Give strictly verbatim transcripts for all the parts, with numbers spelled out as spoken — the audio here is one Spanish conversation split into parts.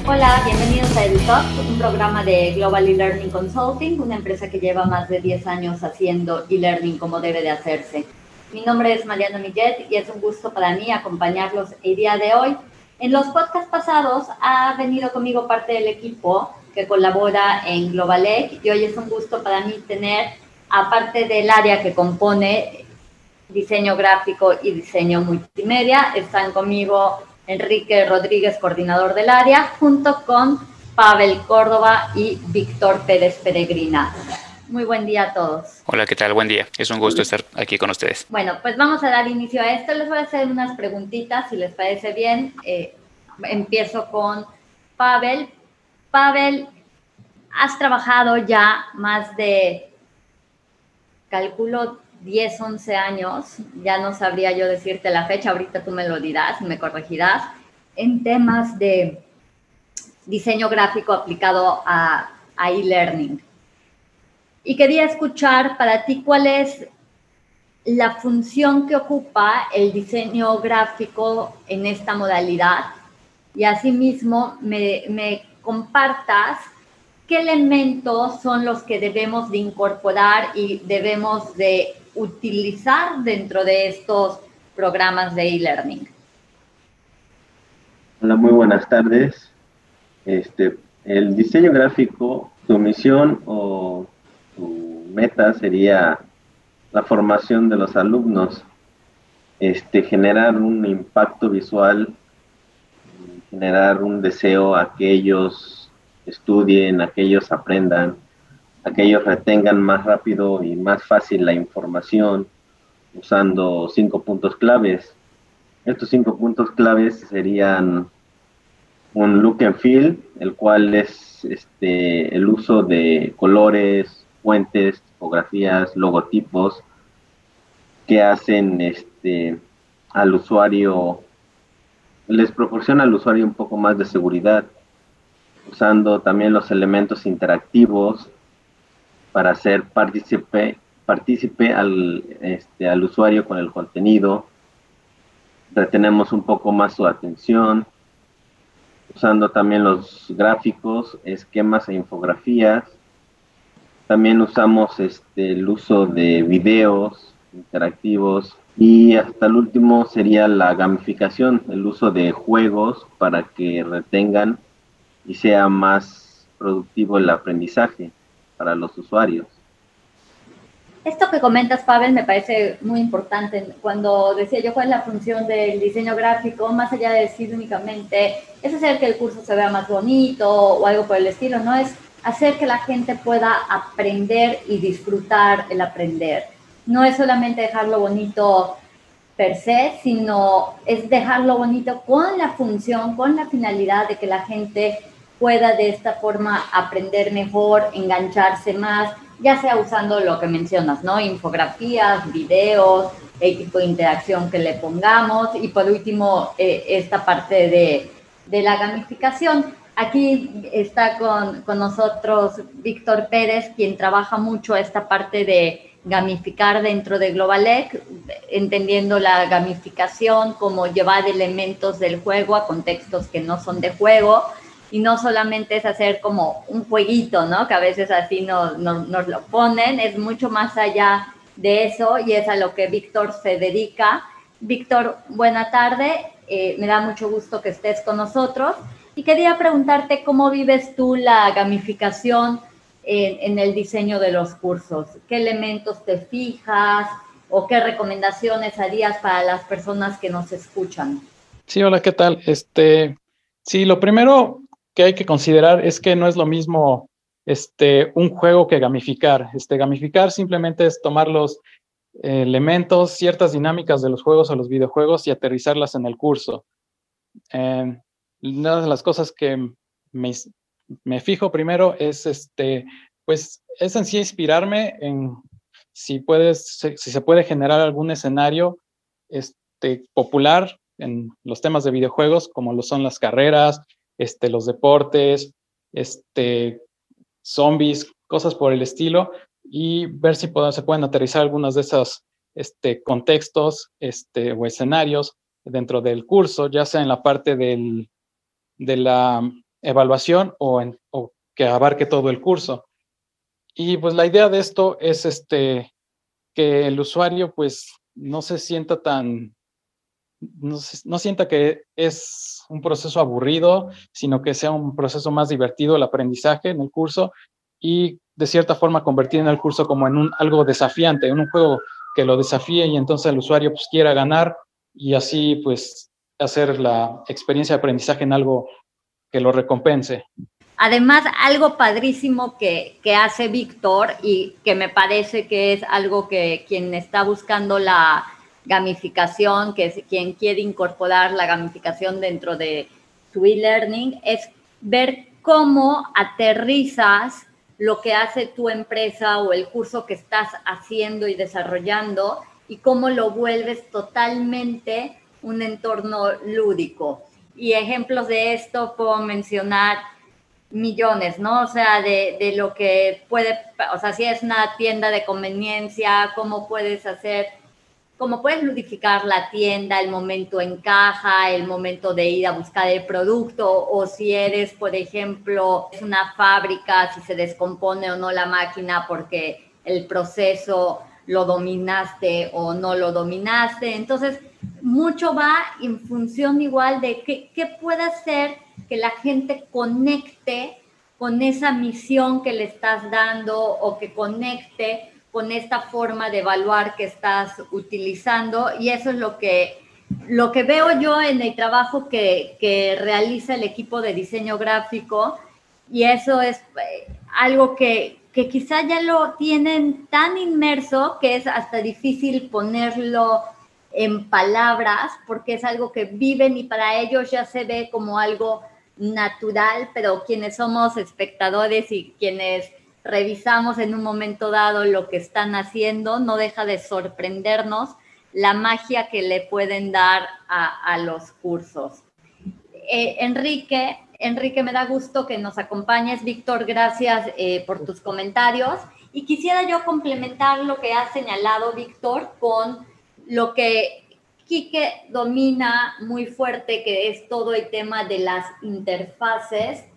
Hola, bienvenidos a EduTalk, un programa de Global eLearning Consulting, una empresa que lleva más de diez años haciendo e-learning como debe de hacerse. Mi nombre es Mariana Millet y es un gusto para mí acompañarlos el día de hoy. En los podcasts pasados ha venido conmigo parte del equipo que colabora en GlobalEC y hoy es un gusto para mí tener, aparte del área que compone diseño gráfico y diseño multimedia, están conmigo Enrique Rodríguez, coordinador del área, junto con Pavel Córdoba y Víctor Pérez Peregrina. Muy buen día a todos. Hola, ¿qué tal? Buen día. Es un gusto estar aquí con ustedes. Bueno, pues vamos a dar inicio a esto. Les voy a hacer unas preguntitas, si les parece bien. Eh, empiezo con Pavel. Pavel, has trabajado ya más de, calculo, diez, once años, ya no sabría yo decirte la fecha, ahorita tú me lo dirás, me corregirás, en temas de diseño gráfico aplicado a, a e-learning. Y quería escuchar para ti cuál es la función que ocupa el diseño gráfico en esta modalidad y asimismo me, me compartas qué elementos son los que debemos de incorporar y debemos de utilizar dentro de estos programas de e-learning. Hola, muy buenas tardes. Este, el diseño gráfico, su misión o su meta sería la formación de los alumnos, este, generar un impacto visual, generar un deseo a que ellos estudien, a que ellos aprendan, a que ellos retengan más rápido y más fácil la información usando cinco puntos claves. Estos cinco puntos claves serían un look and feel, el cual es este, el uso de colores, fuentes, tipografías, logotipos que hacen este, al usuario, les proporciona al usuario un poco más de seguridad, usando también los elementos interactivos para hacer partícipe, partícipe al, este, al usuario con el contenido. Retenemos un poco más su atención, usando también los gráficos, esquemas e infografías. También usamos este, el uso de videos interactivos y hasta el último sería la gamificación, el uso de juegos para que retengan y sea más productivo el aprendizaje para los usuarios. Esto que comentas, Pavel, me parece muy importante. Cuando decía yo cuál es la función del diseño gráfico, más allá de decir únicamente es hacer que el curso se vea más bonito o algo por el estilo, no es hacer que la gente pueda aprender y disfrutar el aprender. No es solamente dejarlo bonito per se, sino es dejarlo bonito con la función, con la finalidad de que la gente pueda de esta forma aprender mejor, engancharse más, ya sea usando lo que mencionas, ¿no? Infografías, videos, el tipo de interacción que le pongamos y por último eh, esta parte de, de la gamificación. Aquí está con, con nosotros Víctor Pérez, quien trabaja mucho esta parte de gamificar dentro de GlobalEC, entendiendo la gamificación como llevar elementos del juego a contextos que no son de juego, y no solamente es hacer como un jueguito, ¿no? Que a veces así nos, nos, nos lo ponen, es mucho más allá de eso y es a lo que Víctor se dedica. Víctor, buena tarde, eh, me da mucho gusto que estés con nosotros y quería preguntarte cómo vives tú la gamificación en, en el diseño de los cursos. ¿Qué elementos te fijas o qué recomendaciones harías para las personas que nos escuchan? Sí, hola, ¿qué tal? Este, sí, lo primero que hay que considerar es que no es lo mismo este, un juego que gamificar. Este, gamificar simplemente es tomar los eh, elementos, ciertas dinámicas de los juegos o los videojuegos y aterrizarlas en el curso. Eh, una de las cosas que me, me fijo primero es, este, pues, es en sí inspirarme en si, puedes, si se puede generar algún escenario este, popular en los temas de videojuegos, como lo son las carreras, este, los deportes, este, zombies, cosas por el estilo, y ver si puedo, se pueden aterrizar algunos de esos este, contextos este, o escenarios dentro del curso, ya sea en la parte del, de la evaluación o, en, o que abarque todo el curso. Y pues la idea de esto es este, que el usuario pues no se sienta tan, no, no sienta que es un proceso aburrido, sino que sea un proceso más divertido el aprendizaje en el curso y de cierta forma convertir en el curso como en un, algo desafiante, en un juego que lo desafíe y entonces el usuario pues quiera ganar y así pues hacer la experiencia de aprendizaje en algo que lo recompense. Además, algo padrísimo que, que hace Víctor y que me parece que es algo que quien está buscando la gamificación, que es quien quiere incorporar la gamificación dentro de su e-learning, es ver cómo aterrizas lo que hace tu empresa o el curso que estás haciendo y desarrollando y cómo lo vuelves totalmente un entorno lúdico. Y ejemplos de esto puedo mencionar millones, ¿no? O sea, de, de lo que puede, o sea, si es una tienda de conveniencia, cómo puedes hacer, cómo puedes ludificar la tienda, el momento en caja, el momento de ir a buscar el producto, o si eres, por ejemplo, es una fábrica, si se descompone o no la máquina porque el proceso lo dominaste o no lo dominaste. Entonces, mucho va en función igual de qué, qué puede hacer que la gente conecte con esa misión que le estás dando o que conecte con esta forma de evaluar que estás utilizando, y eso es lo que, lo que veo yo en el trabajo que, que realiza el equipo de diseño gráfico, y eso es eh, algo que, que quizá ya lo tienen tan inmerso que es hasta difícil ponerlo en palabras, porque es algo que viven y para ellos ya se ve como algo natural, pero quienes somos espectadores y quienes revisamos en un momento dado lo que están haciendo, no deja de sorprendernos la magia que le pueden dar a, a los cursos. Eh, Enrique, Enrique, me da gusto que nos acompañes. Víctor, gracias eh, por tus comentarios. Y quisiera yo complementar lo que ha señalado Víctor con lo que Quique domina muy fuerte, que es todo el tema de las interfaces.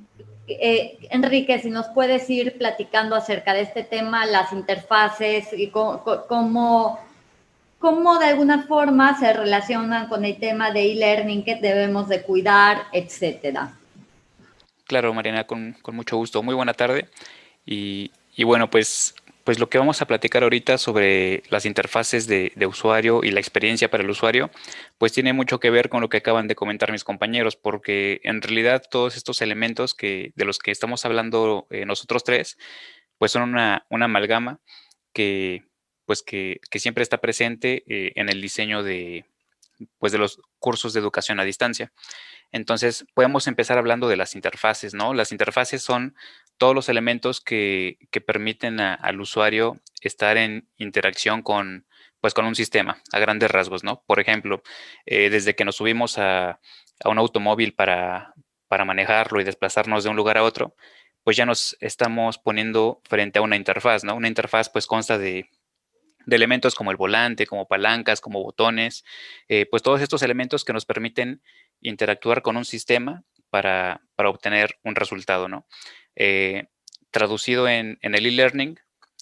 Eh, Enrique, si nos puedes ir platicando acerca de este tema, las interfaces y cómo, cómo, cómo de alguna forma se relacionan con el tema de e-learning que debemos de cuidar, etcétera. Claro, Mariana, con, con mucho gusto. Muy buena tarde. Y, y bueno, pues, pues lo que vamos a platicar ahorita sobre las interfaces de, de usuario y la experiencia para el usuario, pues tiene mucho que ver con lo que acaban de comentar mis compañeros, porque en realidad todos estos elementos que, de los que estamos hablando eh, nosotros tres, pues son una, una amalgama que, pues que, que siempre está presente eh, en el diseño de, pues de los cursos de educación a distancia. Entonces, podemos empezar hablando de las interfaces, ¿no? Las interfaces son todos los elementos que, que permiten a, al usuario estar en interacción con, pues, con un sistema, a grandes rasgos, ¿no? Por ejemplo, eh, desde que nos subimos a, a un automóvil para, para manejarlo y desplazarnos de un lugar a otro, pues ya nos estamos poniendo frente a una interfaz, ¿no? Una interfaz pues consta de, de elementos como el volante, como palancas, como botones, eh, pues todos estos elementos que nos permiten interactuar con un sistema para, para obtener un resultado, ¿no? Eh, traducido en, en el e-learning,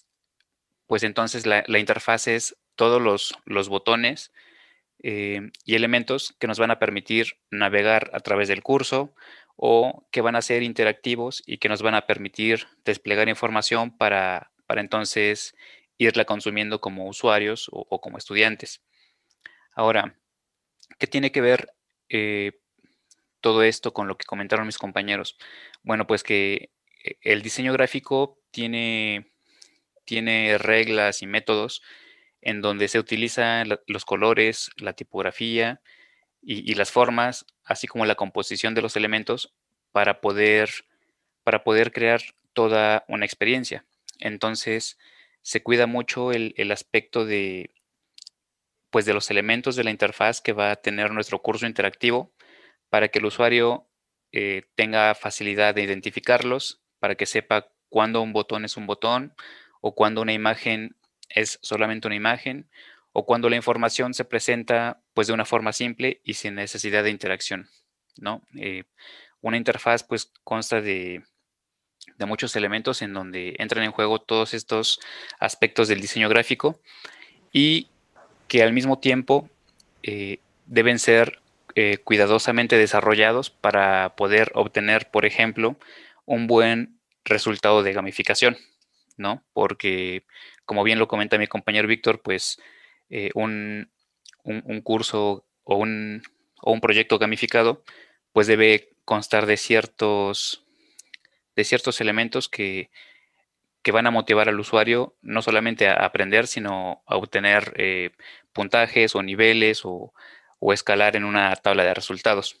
pues entonces la, la, interfaz es todos los, los botones eh, y elementos que nos van a permitir navegar a través del curso o que van a ser interactivos y que nos van a permitir desplegar información para, para entonces irla consumiendo como usuarios o, o como estudiantes. Ahora, ¿qué tiene que ver eh, todo esto con lo que comentaron mis compañeros? Bueno, pues que el diseño gráfico tiene, tiene reglas y métodos en donde se utilizan la, los colores, la tipografía y, y las formas, así como la composición de los elementos para poder, para poder crear toda una experiencia. Entonces, se cuida mucho el, el aspecto de, pues, de los elementos de la interfaz que va a tener nuestro curso interactivo para que el usuario eh, tenga facilidad de identificarlos, para que sepa cuándo un botón es un botón o cuándo una imagen es solamente una imagen o cuando la información se presenta pues de una forma simple y sin necesidad de interacción, ¿no? Eh, una interfaz pues consta de, de muchos elementos en donde entran en juego todos estos aspectos del diseño gráfico y que al mismo tiempo eh, deben ser eh, cuidadosamente desarrollados para poder obtener, por ejemplo, un buen resultado de gamificación, ¿no? Porque, como bien lo comenta mi compañero Víctor, pues eh, un, un, un, curso o un, o un proyecto gamificado, pues debe constar de ciertos, de ciertos elementos que, que van a motivar al usuario no solamente a aprender, sino a obtener eh, puntajes o niveles o, o escalar en una tabla de resultados.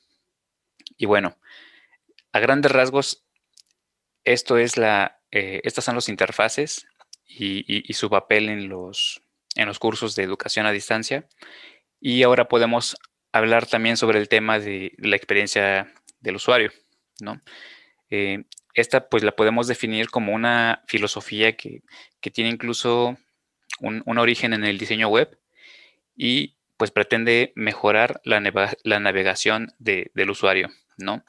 Y bueno, a grandes rasgos, esto es la, eh, estas son las interfaces y, y, y su papel en los, en los cursos de educación a distancia. Y ahora podemos hablar también sobre el tema de la experiencia del usuario, ¿no? Eh, esta pues la podemos definir como una filosofía que, que tiene incluso un, un, origen en el diseño web y pues pretende mejorar la, navega la navegación de, del usuario, ¿no?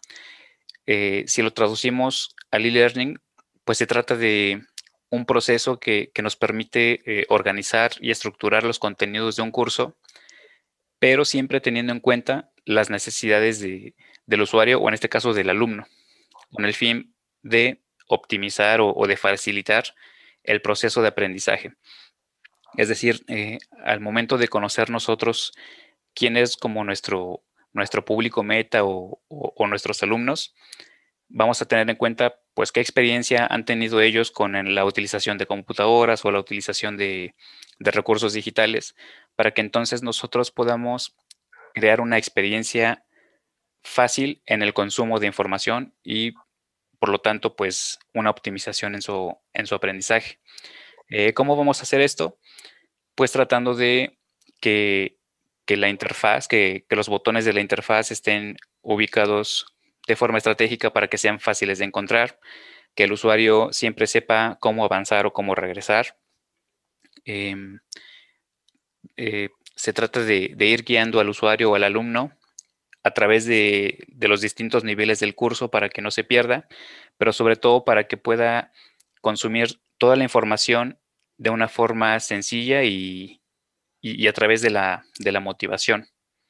Eh, si lo traducimos al e-learning, pues se trata de un proceso que, que nos permite eh, organizar y estructurar los contenidos de un curso, pero siempre teniendo en cuenta las necesidades de, del usuario o en este caso del alumno, con el fin de optimizar o, o de facilitar el proceso de aprendizaje. Es decir, eh, al momento de conocer nosotros quién es como nuestro, nuestro público meta o, o, o nuestros alumnos, vamos a tener en cuenta pues qué experiencia han tenido ellos con la utilización de computadoras o la utilización de, de recursos digitales, para que entonces nosotros podamos crear una experiencia fácil en el consumo de información y por lo tanto pues una optimización en su, en su aprendizaje. Eh, ¿Cómo vamos a hacer esto? Pues tratando de que, que la interfaz, que, que los botones de la interfaz estén ubicados de forma estratégica para que sean fáciles de encontrar, que el usuario siempre sepa cómo avanzar o cómo regresar. Eh, eh, se trata de, de, ir guiando al usuario o al alumno a través de, de los distintos niveles del curso para que no se pierda, pero sobre todo para que pueda consumir toda la información de una forma sencilla y, y, y a través de la, de la motivación.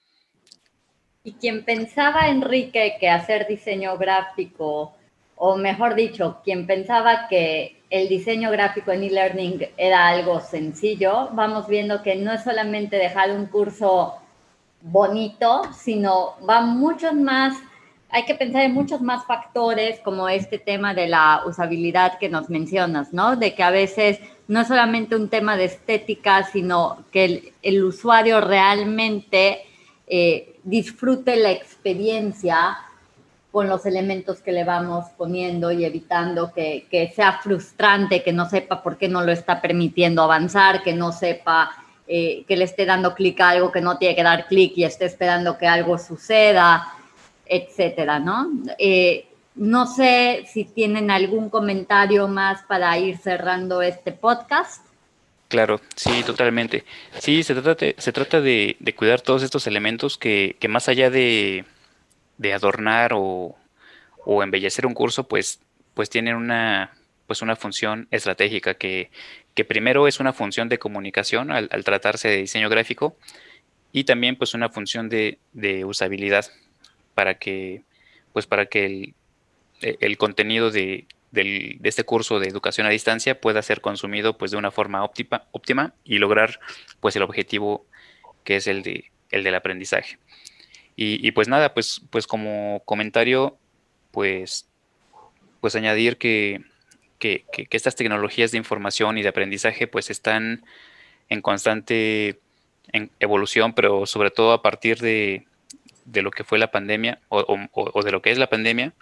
Y quien pensaba, Enrique, que hacer diseño gráfico, o mejor dicho, quien pensaba que el diseño gráfico en e-learning era algo sencillo, vamos viendo que no es solamente dejar un curso bonito, sino va muchos más, hay que pensar en muchos más factores como este tema de la usabilidad que nos mencionas, ¿no? De que a veces no es solamente un tema de estética, sino que el, el usuario realmente eh, disfrute la experiencia con los elementos que le vamos poniendo y evitando que, que sea frustrante, que no sepa por qué no lo está permitiendo avanzar, que no sepa eh, que le esté dando clic a algo que no tiene que dar clic y esté esperando que algo suceda, etcétera, ¿no? Eh, no sé si tienen algún comentario más para ir cerrando este podcast. Claro, sí, totalmente. Sí, se trata de, se trata de, de cuidar todos estos elementos que, que más allá de, de adornar o, o embellecer un curso, pues, pues tienen una, pues una función estratégica que, que primero es una función de comunicación al, al tratarse de diseño gráfico y también pues una función de, de usabilidad para que, pues para que el, el contenido de, del, de este curso de educación a distancia pueda ser consumido pues de una forma óptima, óptima y lograr pues el objetivo que es el, de, el del aprendizaje. Y, y pues nada, pues, pues como comentario, pues, pues añadir que, que, que, que estas tecnologías de información y de aprendizaje pues están en constante en evolución, pero sobre todo a partir de, de lo que fue la pandemia o, o, o de lo que es la pandemia,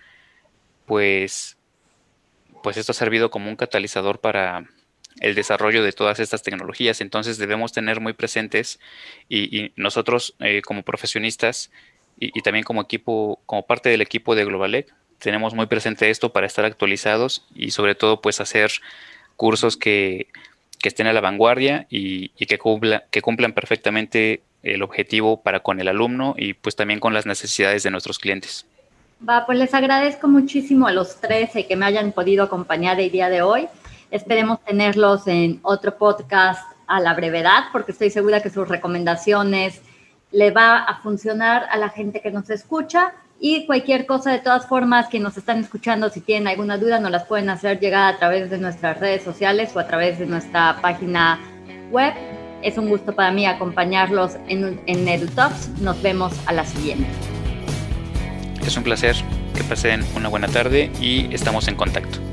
pues, pues esto ha servido como un catalizador para el desarrollo de todas estas tecnologías. Entonces debemos tener muy presentes y, y nosotros eh, como profesionistas y, y también como equipo, como parte del equipo de Globalec, tenemos muy presente esto para estar actualizados y sobre todo pues hacer cursos que, que estén a la vanguardia y, y que, cumpla, que cumplan perfectamente el objetivo para con el alumno y pues también con las necesidades de nuestros clientes. Va, pues les agradezco muchísimo a los tres el que me hayan podido acompañar el día de hoy. Esperemos tenerlos en otro podcast a la brevedad, porque estoy segura que sus recomendaciones le va a funcionar a la gente que nos escucha. Y cualquier cosa, de todas formas, que nos están escuchando, si tienen alguna duda, nos las pueden hacer llegar a través de nuestras redes sociales o a través de nuestra página web. Es un gusto para mí acompañarlos en, en EduTalks. Nos vemos a la siguiente. Es un placer. Que pasen una buena tarde y estamos en contacto.